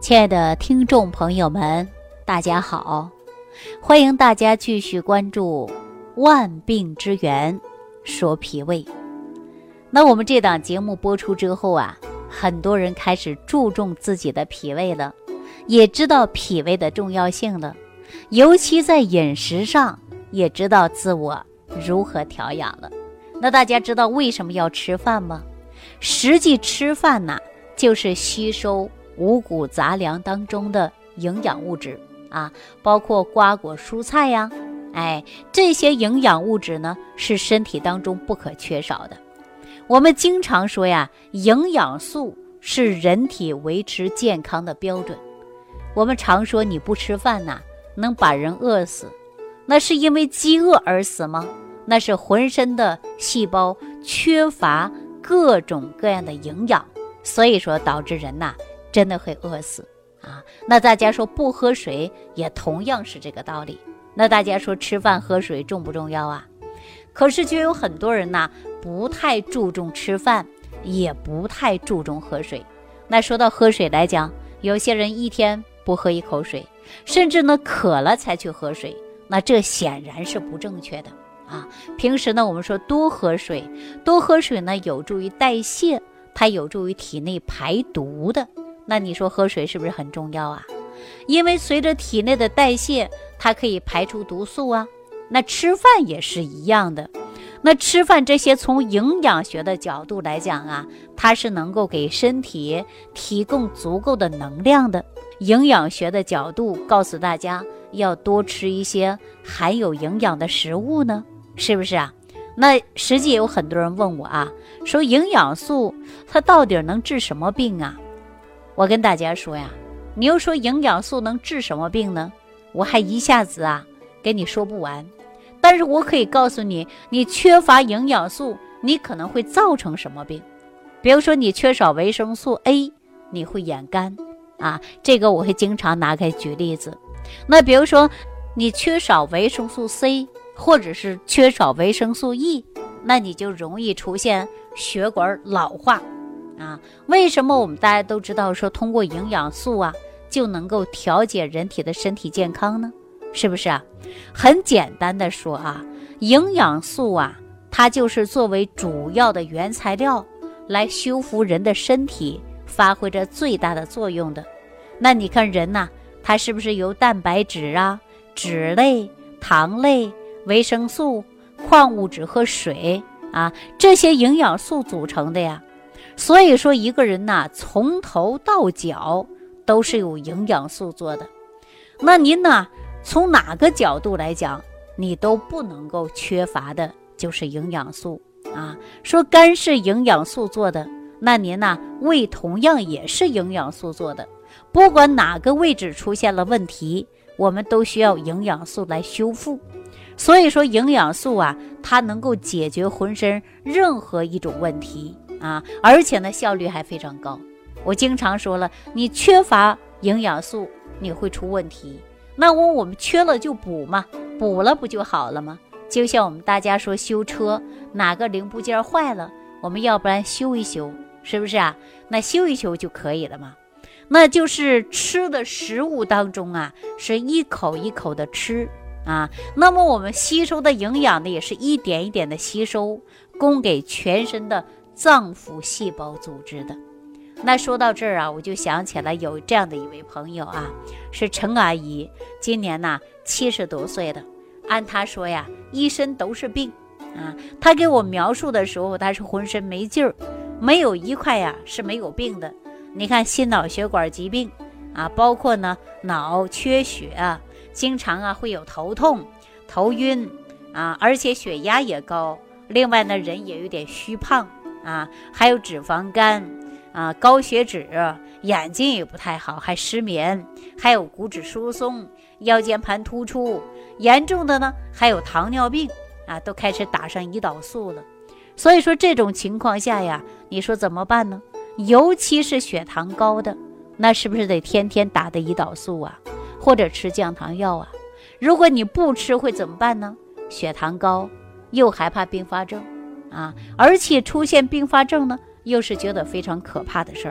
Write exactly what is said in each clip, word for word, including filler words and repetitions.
亲爱的听众朋友们，大家好，欢迎大家继续关注万病之源说脾胃。那我们这档节目播出之后啊，很多人开始注重自己的脾胃了，也知道脾胃的重要性了，尤其在饮食上也知道自我如何调养了。那大家知道为什么要吃饭吗？实际吃饭呢，就是吸收五谷杂粮当中的营养物质啊，包括瓜果蔬菜呀，哎，这些营养物质呢是身体当中不可缺少的。我们经常说呀，营养素是人体维持健康的标准。我们常说你不吃饭呐，能把人饿死，那是因为饥饿而死吗？那是浑身的细胞缺乏各种各样的营养，所以说导致人呐真的会饿死啊。那大家说不喝水也同样是这个道理。那大家说吃饭喝水重不重要啊？可是就有很多人呐不太注重吃饭，也不太注重喝水。那说到喝水来讲，有些人一天不喝一口水，甚至呢渴了才去喝水，那这显然是不正确的啊。平时呢我们说多喝水，多喝水呢有助于代谢，它有助于体内排毒的。那你说喝水是不是很重要啊？因为随着体内的代谢，它可以排出毒素啊。那吃饭也是一样的。那吃饭这些从营养学的角度来讲啊，它是能够给身体提供足够的能量的。营养学的角度告诉大家要多吃一些含有营养的食物呢，是不是啊？那实际有很多人问我啊，说营养素它到底能治什么病啊？我跟大家说呀，你又说营养素能治什么病呢？我还一下子啊跟你说不完。但是我可以告诉你，你缺乏营养素，你可能会造成什么病？比如说你缺少维生素 A， 你会眼干啊，这个我会经常拿开举例子。那比如说你缺少维生素 C， 或者是缺少维生素 E， 那你就容易出现血管老化啊。为什么我们大家都知道说通过营养素啊就能够调节人体的身体健康呢？是不是啊？很简单的说啊，营养素啊它就是作为主要的原材料来修复人的身体，发挥着最大的作用的。那你看人呐、啊，它是不是由蛋白质啊、脂类、糖类、维生素、矿物质和水啊这些营养素组成的呀？所以说一个人呐、啊，从头到脚都是由营养素做的。那您呢，从哪个角度来讲，你都不能够缺乏的就是营养素啊。说肝是营养素做的，那您呢，胃同样也是营养素做的。不管哪个位置出现了问题，我们都需要营养素来修复。所以说营养素啊，它能够解决浑身任何一种问题啊，而且呢效率还非常高。我经常说了，你缺乏营养素你会出问题，那我我们缺了就补嘛，补了不就好了吗？就像我们大家说修车，哪个零部件坏了，我们要不然修一修，是不是啊？那修一修就可以了嘛。那就是吃的食物当中啊，是一口一口的吃啊，那么我们吸收的营养呢，也是一点一点的吸收，供给全身的脏腑细胞组织的。那说到这儿啊，我就想起来有这样的一位朋友啊，是陈阿姨，今年呢七十多岁了。按她说呀，一身都是病啊。她给我描述的时候，她是浑身没劲儿，没有一块呀是没有病的。你看心脑血管疾病啊，包括呢脑缺血啊，经常啊会有头痛、头晕啊，而且血压也高。另外呢，人也有点虚胖啊，还有脂肪肝。啊，高血脂，眼睛也不太好，还失眠，还有骨质疏松，腰间盘突出，严重的呢还有糖尿病啊，都开始打上胰岛素了。所以说这种情况下呀，你说怎么办呢？尤其是血糖高的，那是不是得天天打的胰岛素啊，或者吃降糖药啊？如果你不吃会怎么办呢？血糖高，又害怕并发症啊，而且出现并发症呢又是觉得非常可怕的事儿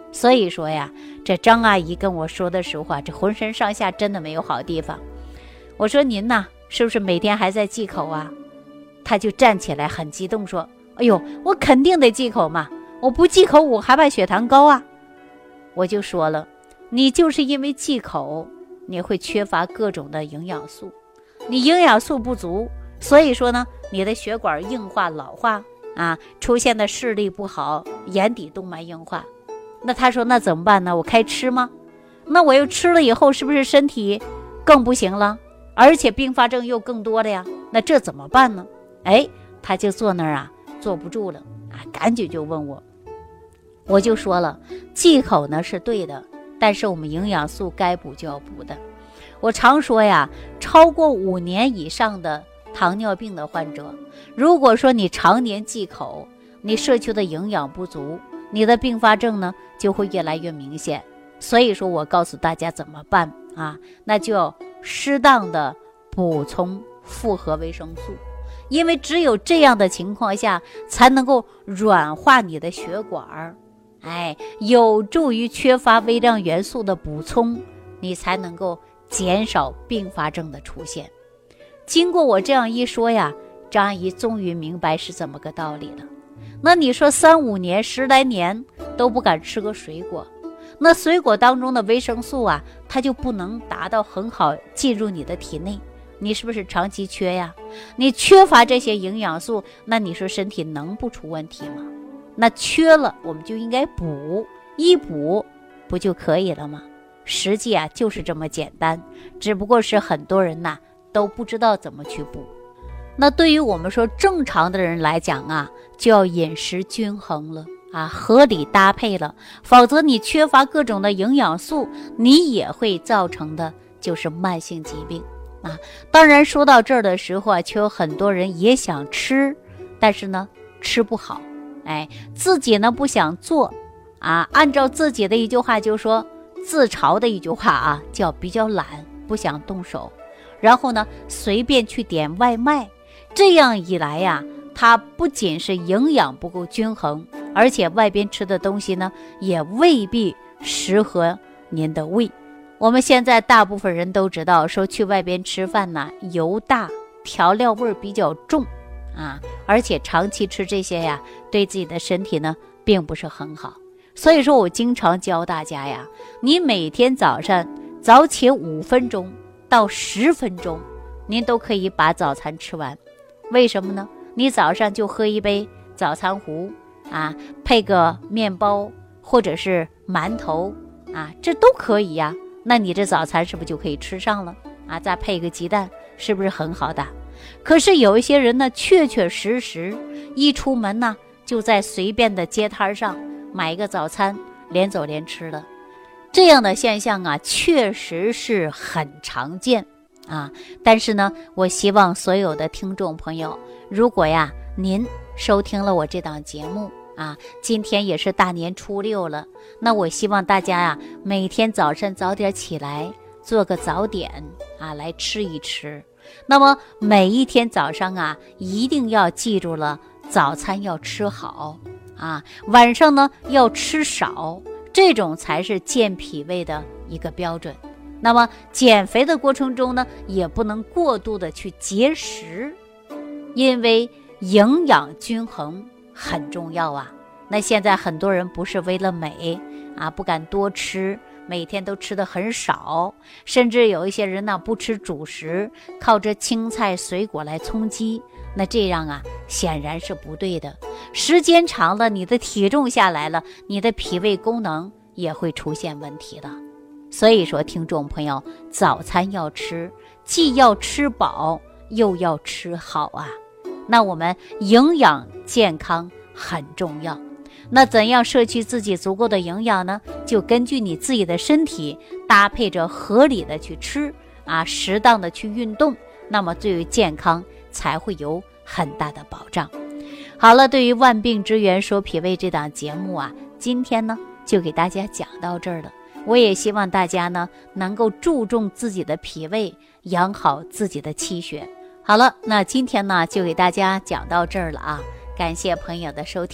所以说呀，这张阿姨跟我说的时候啊，这浑身上下真的没有好地方。我说您呐，是不是每天还在忌口啊？她就站起来很激动说，哎呦，我肯定得忌口嘛，我不忌口我还怕血糖高啊。我就说了，你就是因为忌口，你会缺乏各种的营养素，你营养素不足，所以说呢，你的血管硬化老化啊，出现的视力不好，眼底动脉硬化。那他说那怎么办呢？我开吃吗？那我又吃了以后是不是身体更不行了，而且并发症又更多了呀？那这怎么办呢？哎，他就坐那儿啊，坐不住了啊，赶紧就问我。我就说了，忌口呢是对的，但是我们营养素该补就要补的。我常说呀，超过五年以上的糖尿病的患者，如果说你常年忌口，你摄取的营养不足，你的并发症呢就会越来越明显。所以说我告诉大家怎么办啊？那就要适当的补充复合维生素，因为只有这样的情况下，才能够软化你的血管，哎，有助于缺乏微量元素的补充，你才能够减少并发症的出现。经过我这样一说呀，张阿姨终于明白是怎么个道理了。那你说三五年十来年都不敢吃个水果，那水果当中的维生素啊，它就不能达到很好进入你的体内，你是不是长期缺呀？你缺乏这些营养素，那你说身体能不出问题吗？那缺了我们就应该补，一补不就可以了吗？实际啊就是这么简单，只不过是很多人呐、啊、都不知道怎么去补。那对于我们说正常的人来讲啊，就要饮食均衡了啊，合理搭配了，否则你缺乏各种的营养素，你也会造成的就是慢性疾病啊。当然说到这儿的时候啊，却有很多人也想吃，但是呢吃不好，哎，自己呢不想做啊，按照自己的一句话就说，自嘲的一句话啊，叫比较懒，不想动手，然后呢随便去点外卖。这样一来呀，它不仅是营养不够均衡，而且外边吃的东西呢也未必适合您的胃。我们现在大部分人都知道，说去外边吃饭呢，油大，调料味比较重啊，而且长期吃这些呀，对自己的身体呢并不是很好。所以说我经常教大家呀，你每天早上早起五分钟到十分钟，您都可以把早餐吃完。为什么呢？你早上就喝一杯早餐壶啊，配个面包或者是馒头啊，这都可以呀。那你这早餐是不是就可以吃上了啊？再配个鸡蛋，是不是很好的？可是有一些人呢，确确实实一出门呢，就在随便的街摊上买一个早餐，连走连吃的。这样的现象啊，确实是很常见啊。但是呢，我希望所有的听众朋友，如果呀您收听了我这档节目啊，今天也是大年初六了，那我希望大家呀每天早上早点起来，做个早点啊来吃一吃。那么每一天早上啊，一定要记住了，早餐要吃好啊，晚上呢要吃少，这种才是健脾胃的一个标准。那么减肥的过程中呢，也不能过度的去节食，因为营养均衡很重要啊。那现在很多人不是为了美啊，不敢多吃，每天都吃得很少，甚至有一些人呢不吃主食，靠着青菜水果来充饥，那这样啊显然是不对的。时间长了，你的体重下来了，你的脾胃功能也会出现问题的。所以说听众朋友，早餐要吃，既要吃饱又要吃好啊。那我们营养健康很重要，那怎样摄取自己足够的营养呢？就根据你自己的身体，搭配着合理的去吃啊，适当的去运动，那么对于健康才会有很大的保障。好了，对于万病之源说脾胃这档节目啊，今天呢就给大家讲到这儿了。我也希望大家呢能够注重自己的脾胃，养好自己的气血。好了，那今天呢就给大家讲到这儿了啊，感谢朋友的收听，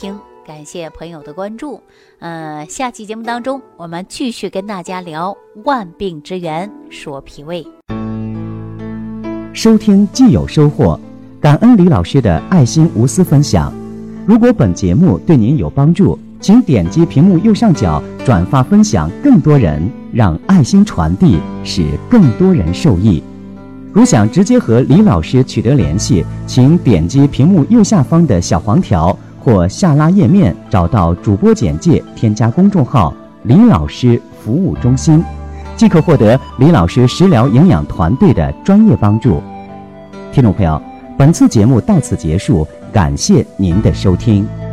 感谢朋友的关注。呃，下期节目当中，我们继续跟大家聊万病之源，说脾胃。 收听既有收获，感恩李老师的爱心无私分享。如果本节目对您有帮助，请点击屏幕右上角转发分享，更多人，让爱心传递，使更多人受益。如想直接和李老师取得联系，请点击屏幕右下方的小黄条或下拉页面，找到主播简介，添加公众号李老师服务中心，即可获得李老师食疗营养团队的专业帮助。听众朋友，本次节目到此结束，感谢您的收听。